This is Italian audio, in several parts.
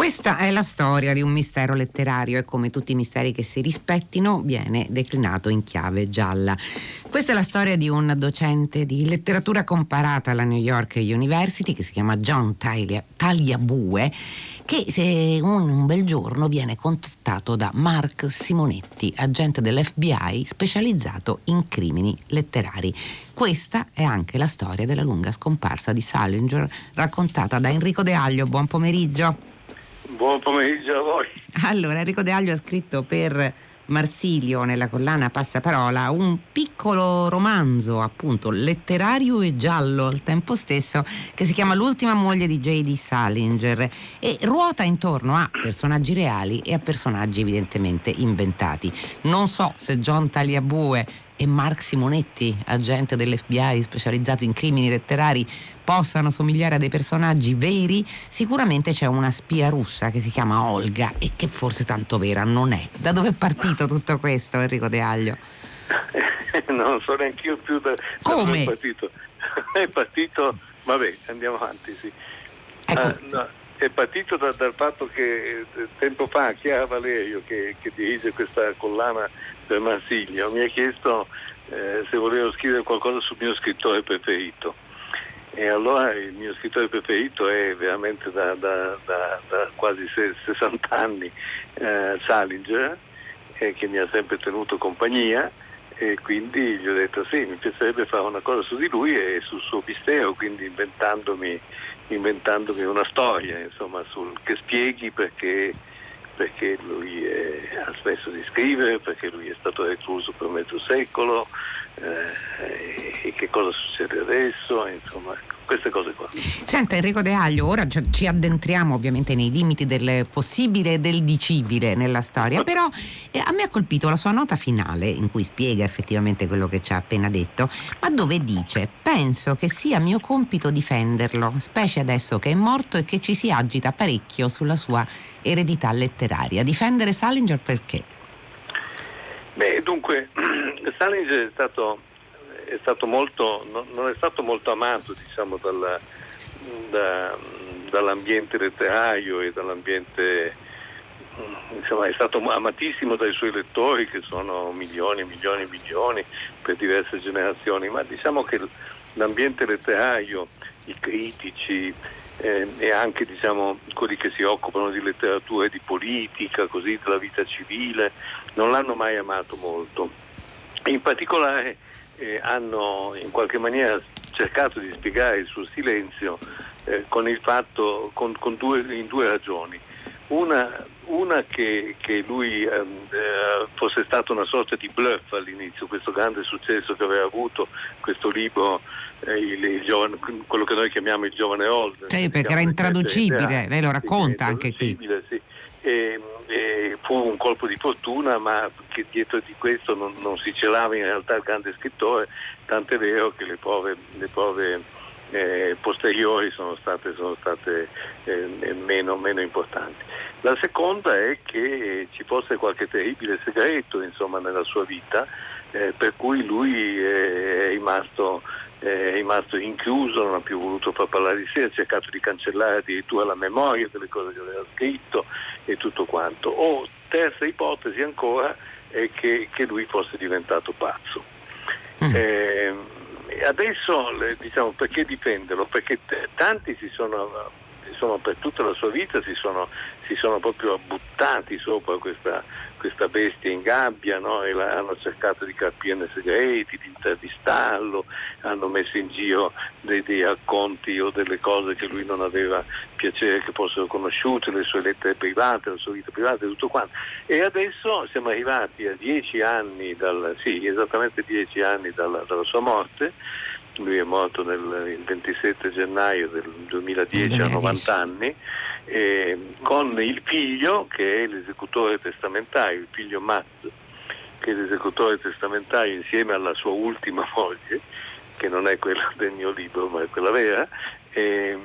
Questa è la storia di un mistero letterario e, come tutti i misteri che si rispettino, viene declinato in chiave gialla. Questa è la storia di un docente di letteratura comparata alla New York University che si chiama John Tagliabue, che un bel giorno viene contattato da Mark Simonetti, agente dell'FBI specializzato in crimini letterari. Questa è anche la storia della lunga scomparsa di Salinger, raccontata da Enrico De Aglio. Buon pomeriggio. Buon pomeriggio a voi. Allora, Enrico De Aglio ha scritto per Marsilio, nella collana Passaparola, un piccolo romanzo, appunto, letterario e giallo al tempo stesso, che si chiama L'ultima moglie di J.D. Salinger e ruota intorno a personaggi reali e a personaggi evidentemente inventati. Non so se John Tagliabue e Mark Simonetti, agente dell'FBI specializzato in crimini letterari, possano somigliare a dei personaggi veri. Sicuramente c'è una spia russa che si chiama Olga e che forse tanto vera non è. Da dove è partito tutto questo, Enrico De Aglio? Non so neanche io più da come è partito. È partito, vabbè, andiamo avanti, sì. Ecco. No, è partito dal fatto che tempo fa Chiara Valerio, che dirige questa collana per Marsilio, mi ha chiesto se volevo scrivere qualcosa sul mio scrittore preferito. E allora il mio scrittore preferito è veramente da quasi 60 anni Salinger, che mi ha sempre tenuto compagnia, e quindi gli ho detto sì, mi piacerebbe fare una cosa su di lui e sul suo mistero, quindi inventandomi una storia, insomma, che spieghi perché lui ha smesso di scrivere, perché lui è stato recluso per mezzo secolo, e che cosa succede adesso, insomma, queste cose qua. Senta Enrico De Aglio, ora ci addentriamo ovviamente nei limiti del possibile e del dicibile nella storia, però a me ha colpito la sua nota finale in cui spiega effettivamente quello che ci ha appena detto, ma dove dice: penso che sia mio compito difenderlo, specie adesso che è morto e che ci si agita parecchio sulla sua eredità letteraria. Difendere Salinger perché? Beh, dunque, Salinger è stato molto, non è stato molto amato, diciamo, dall'ambiente letterario e dall'ambiente, insomma, è stato amatissimo dai suoi lettori, che sono milioni per diverse generazioni, ma diciamo che l'ambiente letterario, i critici e anche, diciamo, quelli che si occupano di letteratura e di politica, così, della vita civile, non l'hanno mai amato molto. In particolare hanno in qualche maniera cercato di spiegare il suo silenzio con il fatto, in due ragioni. Una che lui fosse stato una sorta di bluff all'inizio, questo grande successo che aveva avuto questo libro, il giovane, quello che noi chiamiamo il giovane Holden. Sì, perché era intraducibile, lei lo racconta anche qui. Sì. E fu un colpo di fortuna, ma che dietro di questo non si celava in realtà il grande scrittore, tant'è vero che le prove posteriori sono state meno importanti. La seconda è che ci fosse qualche terribile segreto, insomma, nella sua vita, per cui lui è rimasto inchiuso, non ha più voluto far parlare di sé, ha cercato di cancellare addirittura la memoria delle cose che aveva scritto e tutto quanto. O terza ipotesi ancora è che lui fosse diventato pazzo. Adesso, diciamo, perché difenderlo? Perché tanti si sono, insomma, per tutta la sua vita si sono proprio buttati sopra questa bestia in gabbia, no? E hanno cercato di capirne segreti, di intervistarlo, hanno messo in giro dei racconti o delle cose che lui non aveva piacere che fossero conosciute, le sue lettere private, la sua vita privata e tutto quanto. E adesso siamo arrivati a 10 anni esattamente 10 anni dalla sua morte. Lui è morto il 27 gennaio del 2010 a 90 anni, con il figlio che è l'esecutore testamentario, il figlio Matt, che è l'esecutore testamentario insieme alla sua ultima moglie, che non è quella del mio libro ma è quella vera,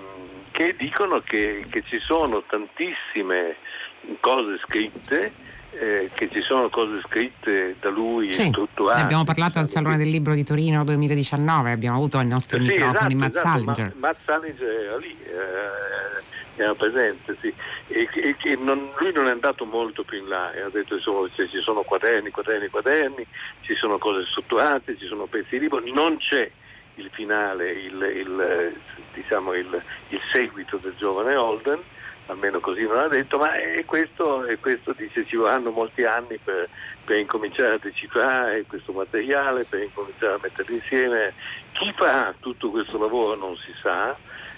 che dicono che ci sono tantissime cose scritte che ci sono cose scritte da lui, sì, strutturate. ne abbiamo parlato al Salone del Libro di Torino 2019, abbiamo avuto ai nostri microfoni Matt Salinger. Matt Salinger era lì, era presente, sì. E lui non è andato molto più in là, ha detto insomma, ci sono quaderni, ci sono cose strutturate, ci sono pezzi di libro, non c'è il finale, il seguito del giovane Holden, almeno così non ha detto, ma questo dice ci vorranno molti anni per incominciare a decifrare questo materiale, per incominciare a metterlo insieme. Chi farà tutto questo lavoro non si sa,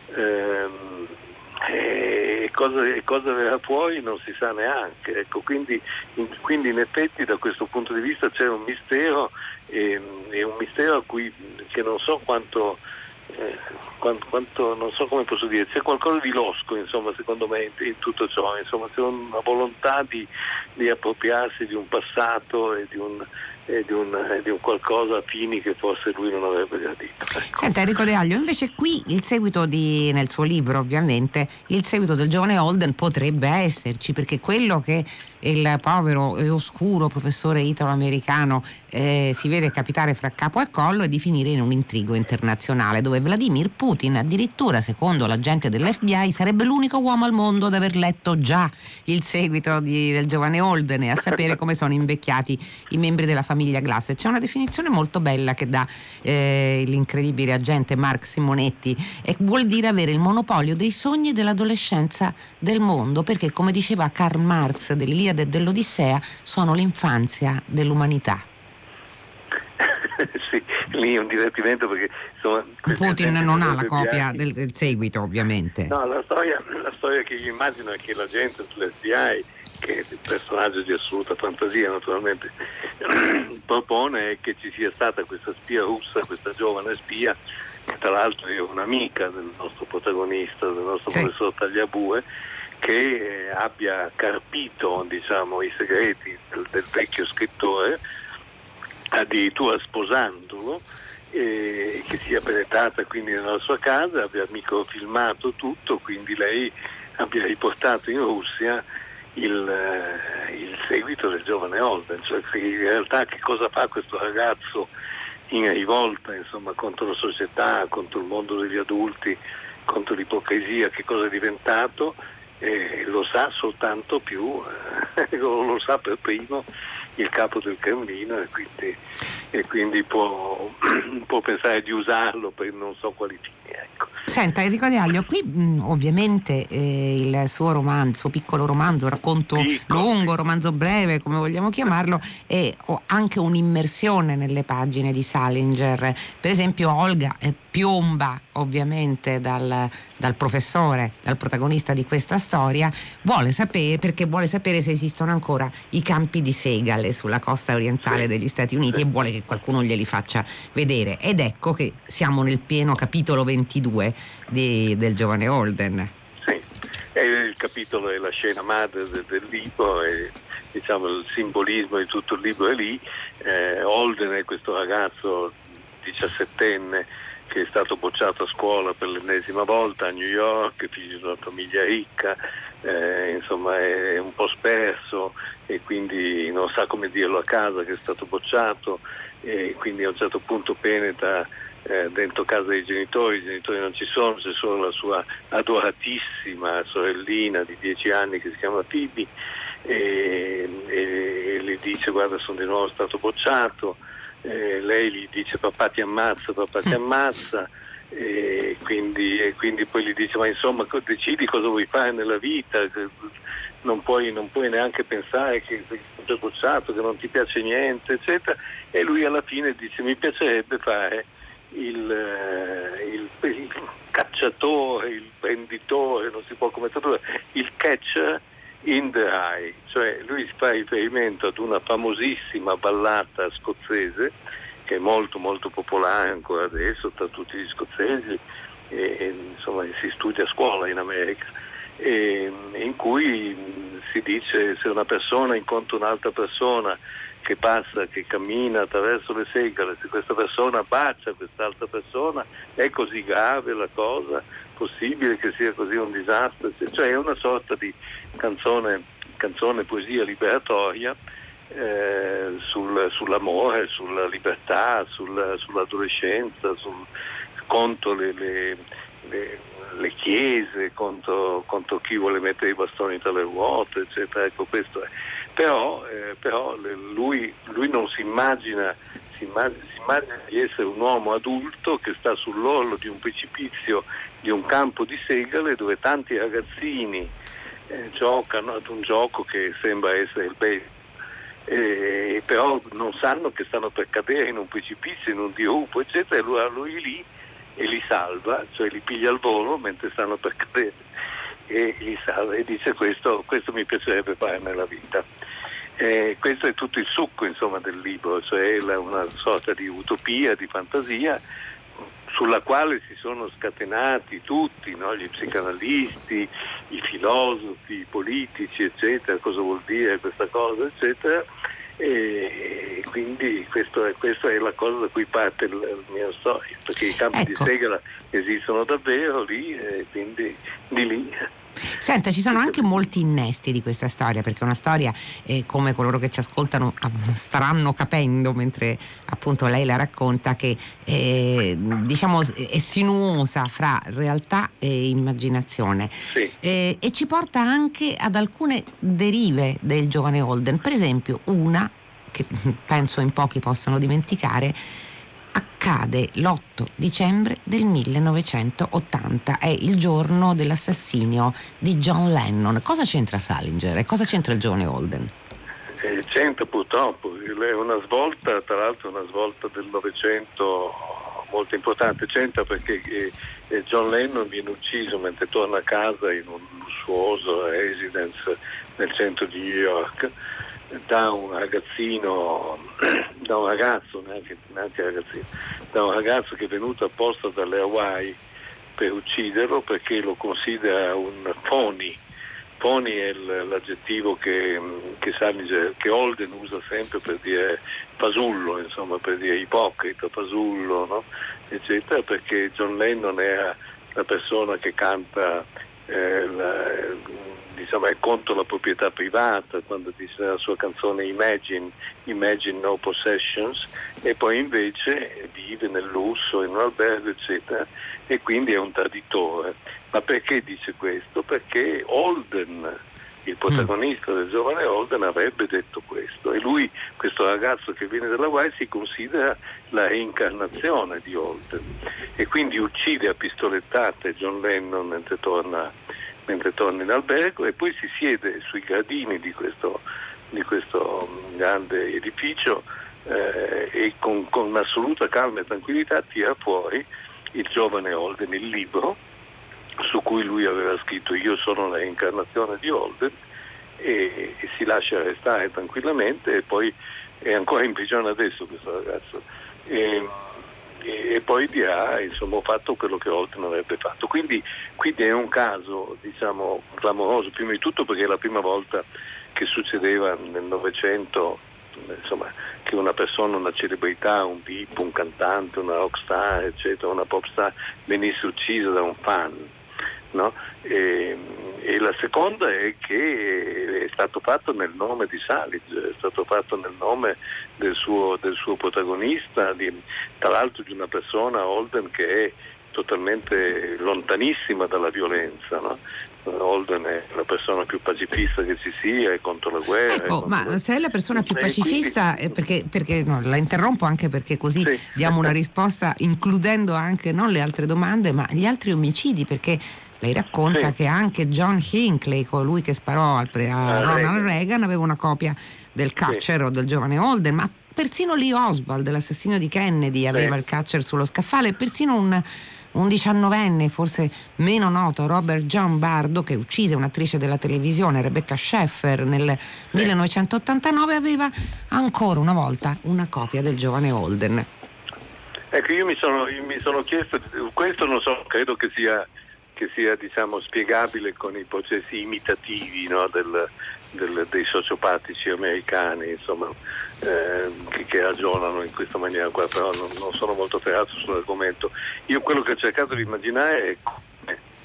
e cosa verrà fuori non si sa neanche. Ecco, quindi in effetti da questo punto di vista c'è un mistero, e un mistero a cui che non so quanto non so come posso dire, c'è qualcosa di losco, insomma, secondo me in tutto ciò, insomma, c'è una volontà di appropriarsi di un passato e di un qualcosa a fini che forse lui non avrebbe gradito. Ecco. Senta Enrico De Aglio, invece qui il seguito nel suo libro, ovviamente, il seguito del giovane Holden potrebbe esserci, perché quello che il povero e oscuro professore italo-americano si vede capitare fra capo e collo è di finire in un intrigo internazionale dove Vladimir Putin, addirittura secondo l'agente dell'FBI, sarebbe l'unico uomo al mondo ad aver letto già il seguito del giovane Holden e a sapere come sono invecchiati i membri della famiglia Glass. C'è una definizione molto bella che dà l'incredibile agente Mark Simonetti, e vuol dire avere il monopolio dei sogni dell'adolescenza del mondo, perché come diceva Karl Marx dell'Iliade e dell'Odissea sono l'infanzia dell'umanità. Sì, lì è un divertimento perché insomma, Putin non ha la copia del seguito, ovviamente. No, la storia che io immagino è che l'agente dell'FBI, che è un personaggio di assoluta fantasia naturalmente, propone che ci sia stata questa spia russa, questa giovane spia, che tra l'altro è un'amica del nostro protagonista, del nostro professor Tagliabue, che abbia carpito, diciamo, i segreti del vecchio scrittore, addirittura sposandolo, che sia penetrata quindi nella sua casa, abbia microfilmato tutto, quindi lei abbia riportato in Russia il seguito del giovane Holden, cioè in realtà che cosa fa questo ragazzo in rivolta, insomma, contro la società, contro il mondo degli adulti, contro l'ipocrisia, che cosa è diventato, lo sa soltanto lo sa per primo il capo del Cremlino, e quindi può pensare di usarlo per non so quali fini. Ecco. Senta Enrico De Aglio, qui ovviamente il suo piccolo romanzo, racconto lungo, romanzo breve, come vogliamo chiamarlo, è anche un'immersione nelle pagine di Salinger. Per esempio Olga piomba ovviamente dal professore, dal protagonista di questa storia, vuole sapere se esistono ancora i campi di segale sulla costa orientale degli Stati Uniti, e vuole che qualcuno glieli faccia vedere, ed ecco che siamo nel pieno capitolo 22 del giovane Holden. Sì, il capitolo è la scena madre del libro, e diciamo il simbolismo di tutto il libro è lì. Holden è questo ragazzo 17enne che è stato bocciato a scuola per l'ennesima volta a New York, figlio di una famiglia ricca, insomma è un po' sperso e quindi non sa come dirlo a casa che è stato bocciato, e quindi a un certo punto penetra dentro casa dei genitori, i genitori non ci sono, c'è solo la sua adoratissima sorellina di 10 anni che si chiama Phoebe, e le dice guarda sono di nuovo stato bocciato. Lei gli dice papà ti ammazza, e quindi poi gli dice ma insomma decidi cosa vuoi fare nella vita, non puoi neanche pensare che sei stato bocciato, che non ti piace niente, eccetera, e lui alla fine dice mi piacerebbe fare il cacciatore, il prenditore, non si può come tradurre, il catcher in the Eye, cioè lui fa riferimento ad una famosissima ballata scozzese che è molto molto popolare ancora adesso tra tutti gli scozzesi, e insomma si studia a scuola in America, in cui si dice se una persona incontra un'altra persona che passa, che cammina attraverso le segale, se questa persona bacia quest'altra persona è così grave la cosa, possibile che sia così un disastro, cioè è una sorta di canzone canzone poesia liberatoria sull'amore, sulla libertà, sull'adolescenza, contro le chiese, contro chi vuole mettere i bastoni tra le ruote, eccetera. Ecco, questo è. Però lui non si immagina di essere un uomo adulto che sta sull'orlo di un precipizio, di un campo di segale dove tanti ragazzini giocano ad un gioco che sembra essere il baseball. Però non sanno che stanno per cadere in un precipizio, in un dirupo, eccetera, e lui lì e li salva, cioè li piglia al volo mentre stanno per cadere e li salva e dice questo mi piacerebbe fare nella vita. Questo è tutto il succo, insomma, del libro, cioè una sorta di utopia, di fantasia sulla quale si sono scatenati tutti, no? Gli psicanalisti, i filosofi, i politici, eccetera, cosa vuol dire questa cosa, eccetera, e quindi questa è la cosa da cui parte la mia storia, perché i campi di segala esistono davvero lì, e quindi di lì. Senta, ci sono anche molti innesti di questa storia, perché è una storia, come coloro che ci ascoltano staranno capendo mentre appunto lei la racconta, che diciamo è sinuosa fra realtà e immaginazione. Sì. E ci porta anche ad alcune derive del giovane Holden, per esempio una che penso in pochi possano dimenticare. Accade l'8 dicembre del 1980, è il giorno dell'assassinio di John Lennon. Cosa c'entra Salinger e cosa c'entra il giovane Holden? C'entra purtroppo, è una svolta, tra l'altro una svolta del Novecento molto importante. C'entra perché John Lennon viene ucciso mentre torna a casa in un lussuoso residence nel centro di New York da un ragazzino, da un ragazzo che è venuto apposta dalle Hawaii per ucciderlo, perché lo considera un phony. Phony è l'aggettivo che Holden usa sempre per dire fasullo, insomma, per dire ipocrita, fasullo, no? Eccetera, perché John Lennon era la persona che canta diciamo, è contro la proprietà privata, quando dice nella sua canzone Imagine no possessions, e poi invece vive nel lusso, in un albergo, eccetera, e quindi è un traditore. Ma perché dice questo? Perché Holden, il protagonista del giovane Holden, avrebbe detto questo, e lui, questo ragazzo che viene dalla Hawaii, si considera la reincarnazione di Holden, e quindi uccide a pistolettate John Lennon mentre torna in albergo, e poi si siede sui gradini di questo grande edificio e con assoluta calma e tranquillità tira fuori il giovane Holden, il libro su cui lui aveva scritto Io sono la reincarnazione di Holden, e si lascia arrestare tranquillamente, e poi è ancora in prigione adesso questo ragazzo, e poi dirà, insomma, ho fatto quello che Holden avrebbe fatto. Quindi è un caso, diciamo, clamoroso, prima di tutto perché è la prima volta che succedeva nel Novecento, insomma, che una persona, una celebrità, un VIP, un cantante, una rockstar, eccetera, una pop star, venisse uccisa da un fan, no? E la seconda è che è stato fatto nel nome di Salinger, è stato fatto nel nome del suo protagonista, tra l'altro di una persona, Holden, che è totalmente lontanissima dalla violenza, no? Holden è la persona più pacifista che ci sia, è contro la guerra. Ecco, ma se è la persona più pacifista, perché no, la interrompo anche perché così diamo una risposta includendo anche non le altre domande ma gli altri omicidi, perché lei racconta che anche John Hinckley, colui che sparò a Ronald Reagan, aveva una copia del catcher o del giovane Holden, ma persino Lee Oswald, l'assassino di Kennedy, aveva il catcher sullo scaffale, persino un 19enne, forse meno noto, Robert John Bardo, che uccise un'attrice della televisione, Rebecca Sheffer, nel 1989, aveva ancora una volta una copia del giovane Holden. Ecco, io mi sono chiesto, questo non so, credo che sia diciamo spiegabile con i processi imitativi, no, dei sociopatici americani, insomma, che ragionano in questa maniera qua, però non sono molto ferrato sull'argomento. Io quello che ho cercato di immaginare è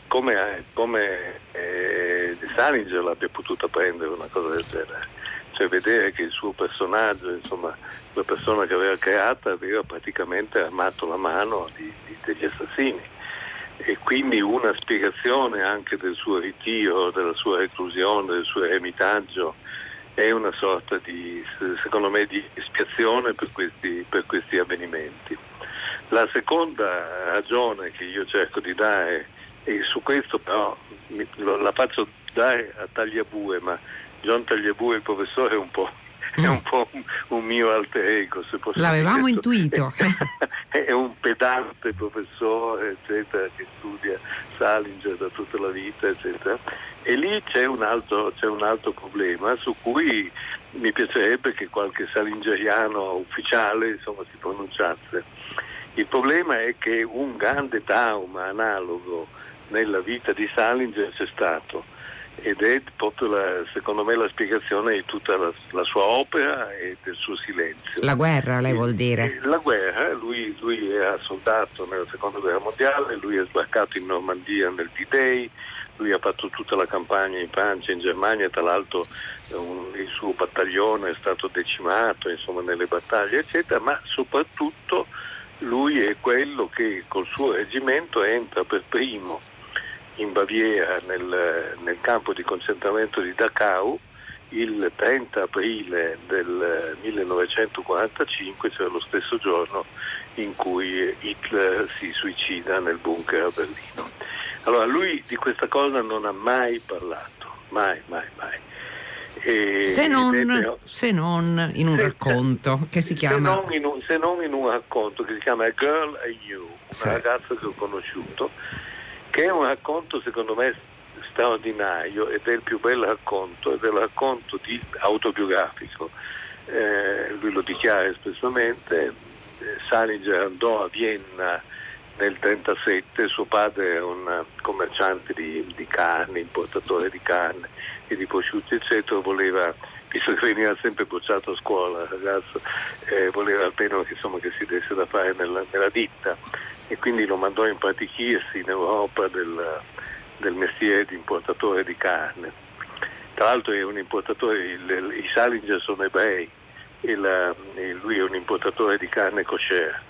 Salinger l'abbia potuta prendere una cosa del genere, cioè vedere che il suo personaggio, insomma la persona che aveva creata, aveva praticamente armato la mano degli assassini, e quindi una spiegazione anche del suo ritiro, della sua reclusione, del suo eremitaggio, è una sorta di, secondo me, di espiazione per questi avvenimenti. La seconda ragione che io cerco di dare, e su questo però la faccio dare a Tagliabue, ma John Tagliabue, il professore, è un po' un mio alter ego, se posso l'avevamo dire. intuito. È un pedante professore, eccetera, che studia Salinger da tutta la vita, eccetera. E lì c'è un altro problema su cui mi piacerebbe che qualche salingeriano ufficiale, insomma, si pronunciasse. Il problema è che un grande trauma analogo nella vita di Salinger c'è stato, ed è proprio secondo me la spiegazione di tutta la sua opera e del suo silenzio. La guerra, lei vuol dire? La guerra, lui era soldato nella seconda guerra mondiale, lui è sbarcato in Normandia nel D-Day, lui ha fatto tutta la campagna in Francia, in Germania, tra l'altro il suo battaglione è stato decimato, insomma, nelle battaglie, eccetera, ma soprattutto lui è quello che col suo reggimento entra per primo in Baviera nel campo di concentramento di Dachau il 30 aprile del 1945, cioè lo stesso giorno in cui Hitler si suicida nel bunker a Berlino. Allora lui di questa cosa non ha mai parlato, mai. Se non in un racconto che si chiama... Se non in un racconto che si chiama A Girl I Knew, una ragazza che ho conosciuto, che è un racconto secondo me straordinario, ed è il più bel racconto, ed è il racconto autobiografico. Lui lo dichiara espressamente. Salinger andò a Vienna nel 1937, suo padre era un commerciante di carne, importatore di carne e di prosciutti, eccetera, voleva, visto che veniva sempre bocciato a scuola, ragazzo, voleva almeno che si desse da fare nella ditta, e quindi lo mandò a impratichirsi in Europa del mestiere di importatore di carne. Tra l'altro è un importatore, i Salinger sono ebrei, e lui è un importatore di carne kosher.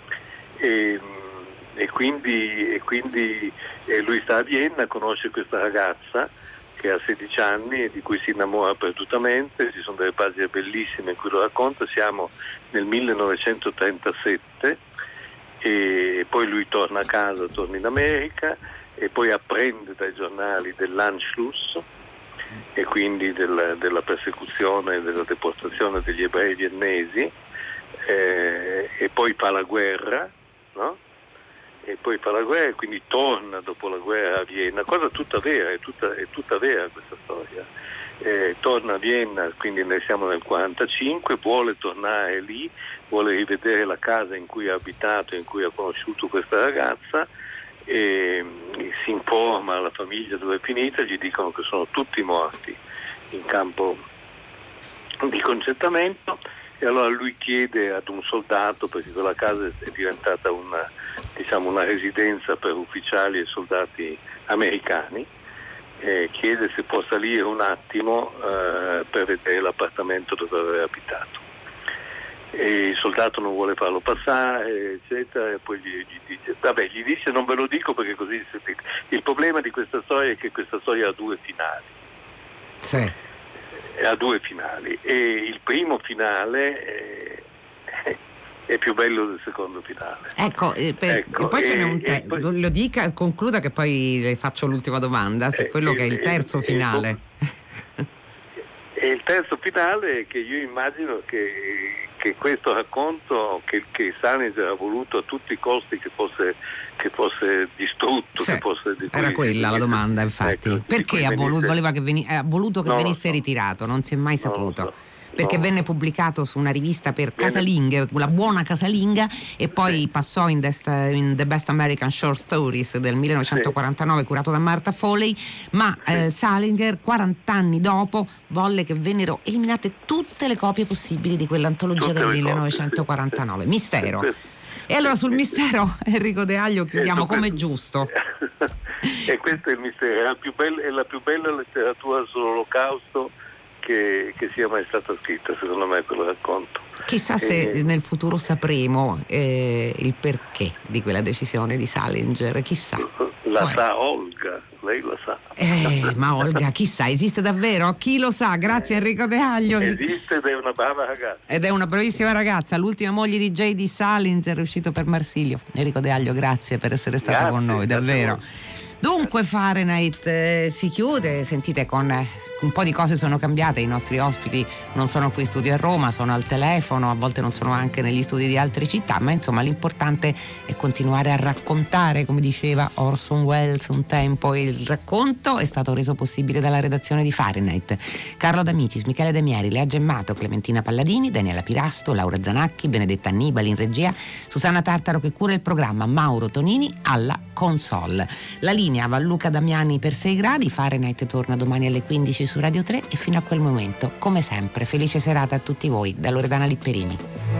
E quindi lui sta a Vienna, conosce questa ragazza che ha 16 anni e di cui si innamora perdutamente. Ci sono delle pagine bellissime in cui lo racconta. Siamo nel 1937 e poi lui torna a casa, torna in America, e poi apprende dai giornali dell'Anschluss, e quindi della persecuzione e della deportazione degli ebrei viennesi, e poi fa la guerra, no? E poi fa la guerra, e quindi torna dopo la guerra a Vienna, cosa tutta vera, è tutta vera questa storia. Torna a Vienna, quindi noi siamo nel 1945, vuole tornare lì, vuole rivedere la casa in cui ha abitato, in cui ha conosciuto questa ragazza, e si informa alla famiglia dove è finita, gli dicono che sono tutti morti in campo di concentramento, e allora lui chiede ad un soldato, perché quella casa è diventata una residenza per ufficiali e soldati americani, chiede se può salire un attimo per vedere l'appartamento dove aveva abitato. E il soldato non vuole farlo passare, eccetera, e poi gli dice non ve lo dico perché così il problema di questa storia è che questa storia ha due finali. Sì. Ha due finali, e il primo finale è più bello del secondo finale. E poi ce n'è lo dica, concluda, che poi le faccio l'ultima domanda su quello che è il terzo finale. E il terzo finale è che io immagino che questo racconto che Salinger ha voluto a tutti i costi che fosse distrutto, sì, che fosse era quella la domanda, infatti. Ecco, perché ha voluto che venisse ritirato? Non si è mai saputo. Perché venne pubblicato su una rivista per casalinghe, la buona casalinga, e poi passò in The Best American Short Stories del 1949, curato da Martha Foley, ma Salinger 40 anni dopo volle che vennero eliminate tutte le copie possibili di quell'antologia del 1949. Mistero. E allora sul mistero Enrico De Aglio chiudiamo come è giusto. E questo è il mistero, è la più bella letteratura sull'Olocausto che sia mai stata scritta, secondo me, quello racconto. Chissà se nel futuro sapremo il perché di quella decisione di Salinger, chissà. La sa Olga, lei la sa. Ma Olga, chissà, esiste davvero? Chi lo sa? Grazie Enrico De Aglio. Esiste ed è una brava ragazza. Ed è una bravissima ragazza, l'ultima moglie di J.D. Salinger, uscito per Marsilio. Enrico De Aglio, grazie per essere stato con noi, davvero. Dunque Fahrenheit si chiude, sentite, con un po' di cose sono cambiate, i nostri ospiti non sono qui in studio a Roma, sono al telefono, a volte non sono anche negli studi di altre città, ma insomma l'importante è continuare a raccontare, come diceva Orson Welles un tempo. Il racconto è stato reso possibile dalla redazione di Fahrenheit. Carlo D'Amicis, Michele De Mieri, Lea Gemmato, Clementina Palladini, Daniela Pirasto, Laura Zanacchi, Benedetta Annibali in regia, Susanna Tartaro che cura il programma, Mauro Tonini alla console. La linea va a Luca Damiani per 6 gradi. Fahrenheit torna domani alle 15 su Radio 3 e fino a quel momento, come sempre, felice serata a tutti voi da Loredana Lipperini.